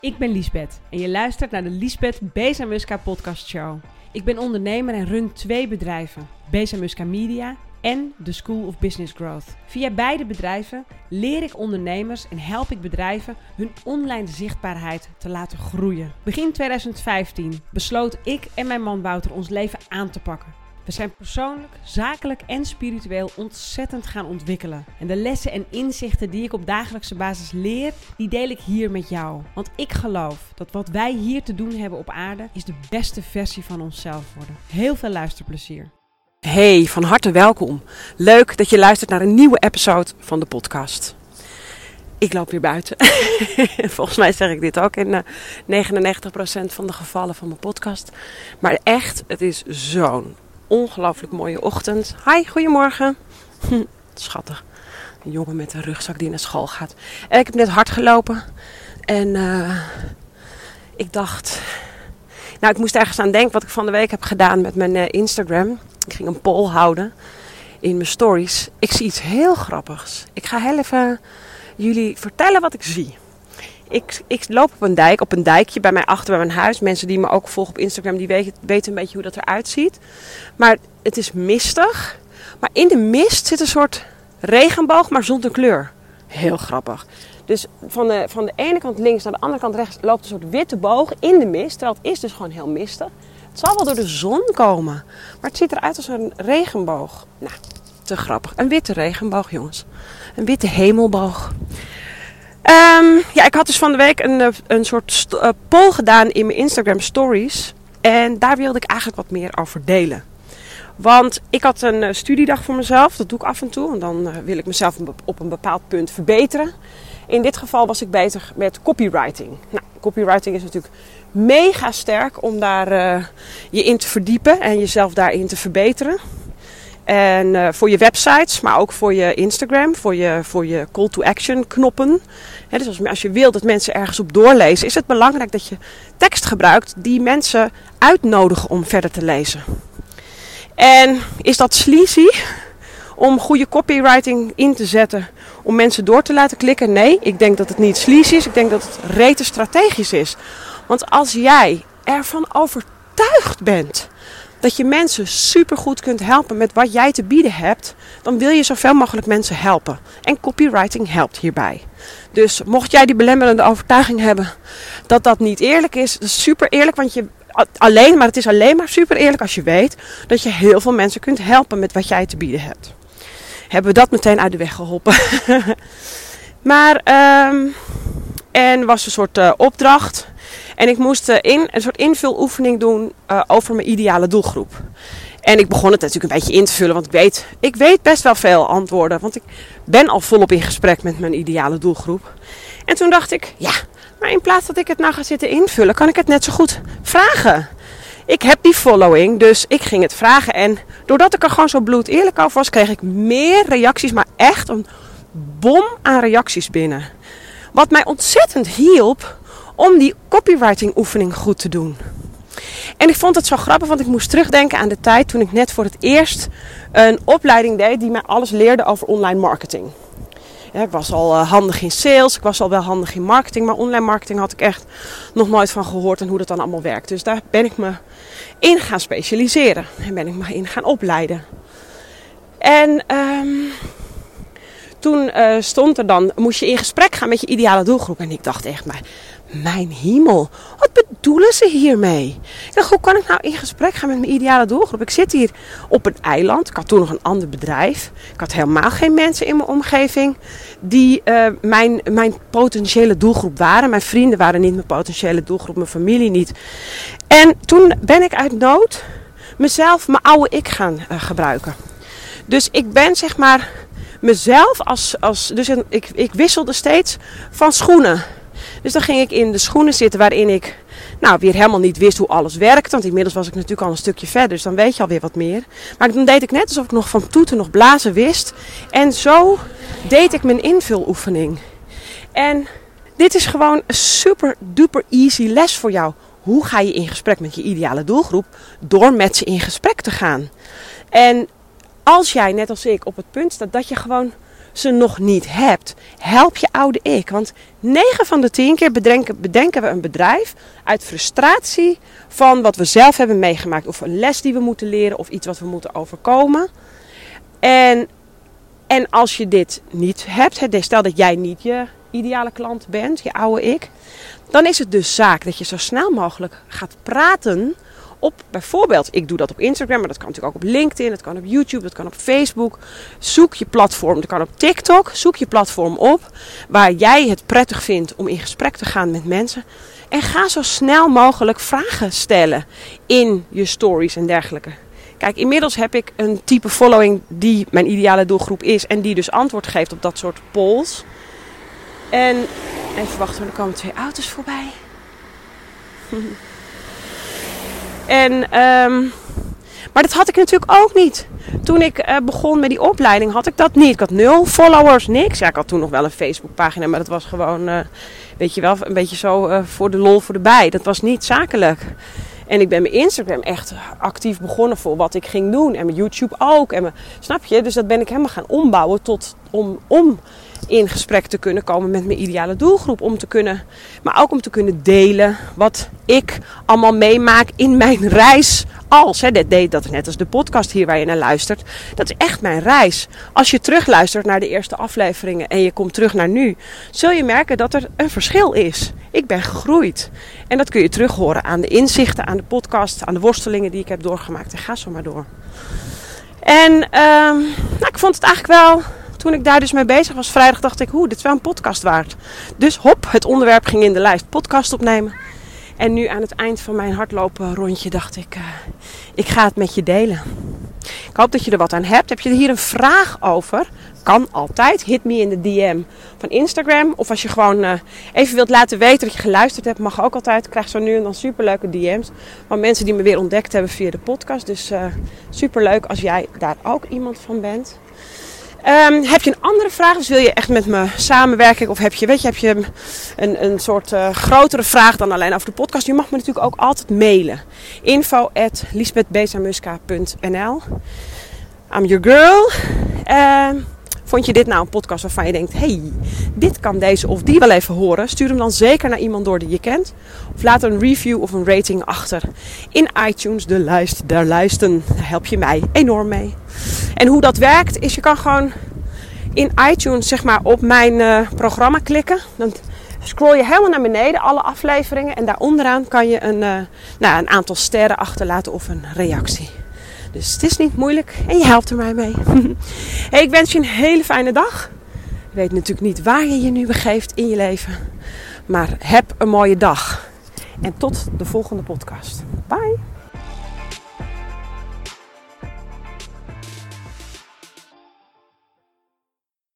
Ik ben Liesbeth en je luistert naar de Liesbeth Bezamuska podcast show. Ik ben ondernemer en run 2 bedrijven, Bezamuska Media en The School of Business Growth. Via beide bedrijven leer ik ondernemers en help ik bedrijven hun online zichtbaarheid te laten groeien. Begin 2015 besloot ik en mijn man Wouter ons leven aan te pakken. We zijn persoonlijk, zakelijk en spiritueel ontzettend gaan ontwikkelen. En de lessen en inzichten die ik op dagelijkse basis leer, die deel ik hier met jou. Want ik geloof dat wat wij hier te doen hebben op aarde, is de beste versie van onszelf worden. Heel veel luisterplezier. Hey, van harte welkom. Leuk dat je luistert naar een nieuwe episode van de podcast. Ik loop weer buiten. Volgens mij zeg ik dit ook in 99% van de gevallen van mijn podcast. Maar echt, het is zo'n ongelooflijk mooie ochtend. Hi, goedemorgen. Schattig. Een jongen met een rugzak die naar school gaat. En ik heb net hard gelopen. En ik dacht... Nou, ik moest ergens aan denken wat ik van de week heb gedaan met mijn Instagram. Ik ging een poll houden in mijn stories. Ik zie iets heel grappigs. Ik ga heel even jullie vertellen wat ik zie. Ik loop op een dijkje bij mij achter bij mijn huis. Mensen die me ook volgen op Instagram, die weten een beetje hoe dat eruit ziet. Maar het is mistig. Maar in de mist zit een soort regenboog, maar zonder kleur. Heel grappig. Dus van de ene kant links naar de andere kant rechts loopt een soort witte boog in de mist. Terwijl het is dus gewoon heel mistig. Het zal wel door de zon komen. Maar het ziet eruit als een regenboog. Nou, te grappig. Een witte regenboog, jongens. Een witte hemelboog. Ik had dus van de week een soort poll gedaan in mijn Instagram stories. En daar wilde ik eigenlijk wat meer over delen. Want ik had een studiedag voor mezelf. Dat doe ik af en toe. En dan wil ik mezelf op een bepaald punt verbeteren. In dit geval was ik bezig met copywriting. Nou, copywriting is natuurlijk mega sterk om daar je in te verdiepen. En jezelf daarin te verbeteren. En voor je websites, maar ook voor je Instagram, voor je call to action knoppen. Dus als je wilt dat mensen ergens op doorlezen, is het belangrijk dat je tekst gebruikt die mensen uitnodigen om verder te lezen. En is dat sleazy om goede copywriting in te zetten om mensen door te laten klikken? Nee, ik denk dat het niet sleazy is. Ik denk dat het rete strategisch is. Want als jij ervan overtuigd bent dat je mensen supergoed kunt helpen met wat jij te bieden hebt, dan wil je zoveel mogelijk mensen helpen. En copywriting helpt hierbij. Dus mocht jij die belemmerende overtuiging hebben dat dat niet eerlijk is, dat is super eerlijk, want het is alleen maar super eerlijk als je weet dat je heel veel mensen kunt helpen met wat jij te bieden hebt. Hebben we dat meteen uit de weg geholpen. Maar, en was een soort opdracht. En ik moest een soort invuloefening doen over mijn ideale doelgroep. En ik begon het natuurlijk een beetje in te vullen, want ik weet best wel veel antwoorden. Want ik ben al volop in gesprek met mijn ideale doelgroep. En toen dacht ik, ja, maar in plaats dat ik het nou ga zitten invullen, kan ik het net zo goed vragen. Ik heb die following, dus ik ging het vragen. En doordat ik er gewoon zo bloed eerlijk over was, kreeg ik meer reacties, maar echt een bom aan reacties binnen. Wat mij ontzettend hielp om die copywriting oefening goed te doen. En ik vond het zo grappig, want ik moest terugdenken aan de tijd toen ik net voor het eerst een opleiding deed die mij alles leerde over online marketing. Ja, ik was al handig in sales, ik was al wel handig in marketing, maar online marketing had ik echt nog nooit van gehoord en hoe dat dan allemaal werkt. Dus daar ben ik me in gaan specialiseren en ben ik me in gaan opleiden. En toen stond er dan, moest je in gesprek gaan met je ideale doelgroep. En ik dacht echt, maar mijn hemel, wat bedoelen ze hiermee? Ik dacht, hoe kan ik nou in gesprek gaan met mijn ideale doelgroep? Ik zit hier op een eiland. Ik had toen nog een ander bedrijf. Ik had helemaal geen mensen in mijn omgeving die mijn potentiële doelgroep waren. Mijn vrienden waren niet mijn potentiële doelgroep, mijn familie niet. En toen ben ik uit nood mezelf, mijn oude ik gaan gebruiken. Dus ik ben zeg maar mezelf ik wisselde steeds van schoenen. Dus dan ging ik in de schoenen zitten waarin ik weer helemaal niet wist hoe alles werkte. Want inmiddels was ik natuurlijk al een stukje verder. Dus dan weet je alweer wat meer. Maar dan deed ik net alsof ik nog van toeten nog blazen wist. En zo deed ik mijn invuloefening. En dit is gewoon een super duper easy les voor jou. Hoe ga je in gesprek met je ideale doelgroep? Door met ze in gesprek te gaan. En als jij, net als ik, op het punt staat dat je gewoon ze nog niet hebt, help je oude ik. Want 9 van de 10 keer bedenken we een bedrijf uit frustratie van wat we zelf hebben meegemaakt. Of een les die we moeten leren of iets wat we moeten overkomen. En als je dit niet hebt, stel dat jij niet je ideale klant bent, je oude ik. Dan is het dus zaak dat je zo snel mogelijk gaat praten op bijvoorbeeld, ik doe dat op Instagram, maar dat kan natuurlijk ook op LinkedIn, dat kan op YouTube, dat kan op Facebook. Zoek je platform, dat kan op TikTok. Zoek je platform op waar jij het prettig vindt om in gesprek te gaan met mensen. En ga zo snel mogelijk vragen stellen in je stories en dergelijke. Kijk, inmiddels heb ik een type following die mijn ideale doelgroep is en die dus antwoord geeft op dat soort polls. En even wachten, er komen 2 auto's voorbij. Maar dat had ik natuurlijk ook niet. Toen ik begon met die opleiding had ik dat niet. Ik had 0 followers, niks. Ja, ik had toen nog wel een Facebookpagina, maar dat was gewoon, weet je wel, een beetje zo voor de lol, voor de bij. Dat was niet zakelijk. En ik ben mijn Instagram echt actief begonnen voor wat ik ging doen. En mijn YouTube ook. Snap je? Dus dat ben ik helemaal gaan ombouwen om in gesprek te kunnen komen met mijn ideale doelgroep. Maar ook om te kunnen delen wat ik allemaal meemaak in mijn reis. Dat is net als de podcast hier waar je naar luistert. Dat is echt mijn reis. Als je terugluistert naar de eerste afleveringen en je komt terug naar nu, zul je merken dat er een verschil is. Ik ben gegroeid. En dat kun je terug horen aan de inzichten, aan de podcast, aan de worstelingen die ik heb doorgemaakt. En ga zo maar door. En ik vond het eigenlijk wel, toen ik daar dus mee bezig was vrijdag, dacht ik, dit is wel een podcast waard. Dus het onderwerp ging in de lijst podcast opnemen. En nu aan het eind van mijn hardlopen rondje dacht ik, ik ga het met je delen. Ik hoop dat je er wat aan hebt. Heb je hier een vraag over? Kan altijd. Hit me in de DM van Instagram. Of als je gewoon even wilt laten weten dat je geluisterd hebt, mag ook altijd. Ik krijg zo nu en dan superleuke DM's van mensen die me weer ontdekt hebben via de podcast. Dus superleuk als jij daar ook iemand van bent. Heb je een andere vraag? Dus wil je echt met me samenwerken? Of heb je een soort grotere vraag dan alleen over de podcast? Je mag me natuurlijk ook altijd mailen. info@lisbethbezamuska.nl I'm your girl. Vond je dit nou een podcast waarvan je denkt, dit kan deze of die wel even horen? Stuur hem dan zeker naar iemand door die je kent. Of laat een review of een rating achter in iTunes, de lijst der lijsten. Daar help je mij enorm mee. En hoe dat werkt is, je kan gewoon in iTunes zeg maar op mijn programma klikken. Dan scroll je helemaal naar beneden, alle afleveringen. En daaronderaan kan je een aantal sterren achterlaten of een reactie. Dus het is niet moeilijk en je helpt er mij mee. Ik wens je een hele fijne dag. Ik weet natuurlijk niet waar je je nu begeeft in je leven. Maar heb een mooie dag. En tot de volgende podcast. Bye!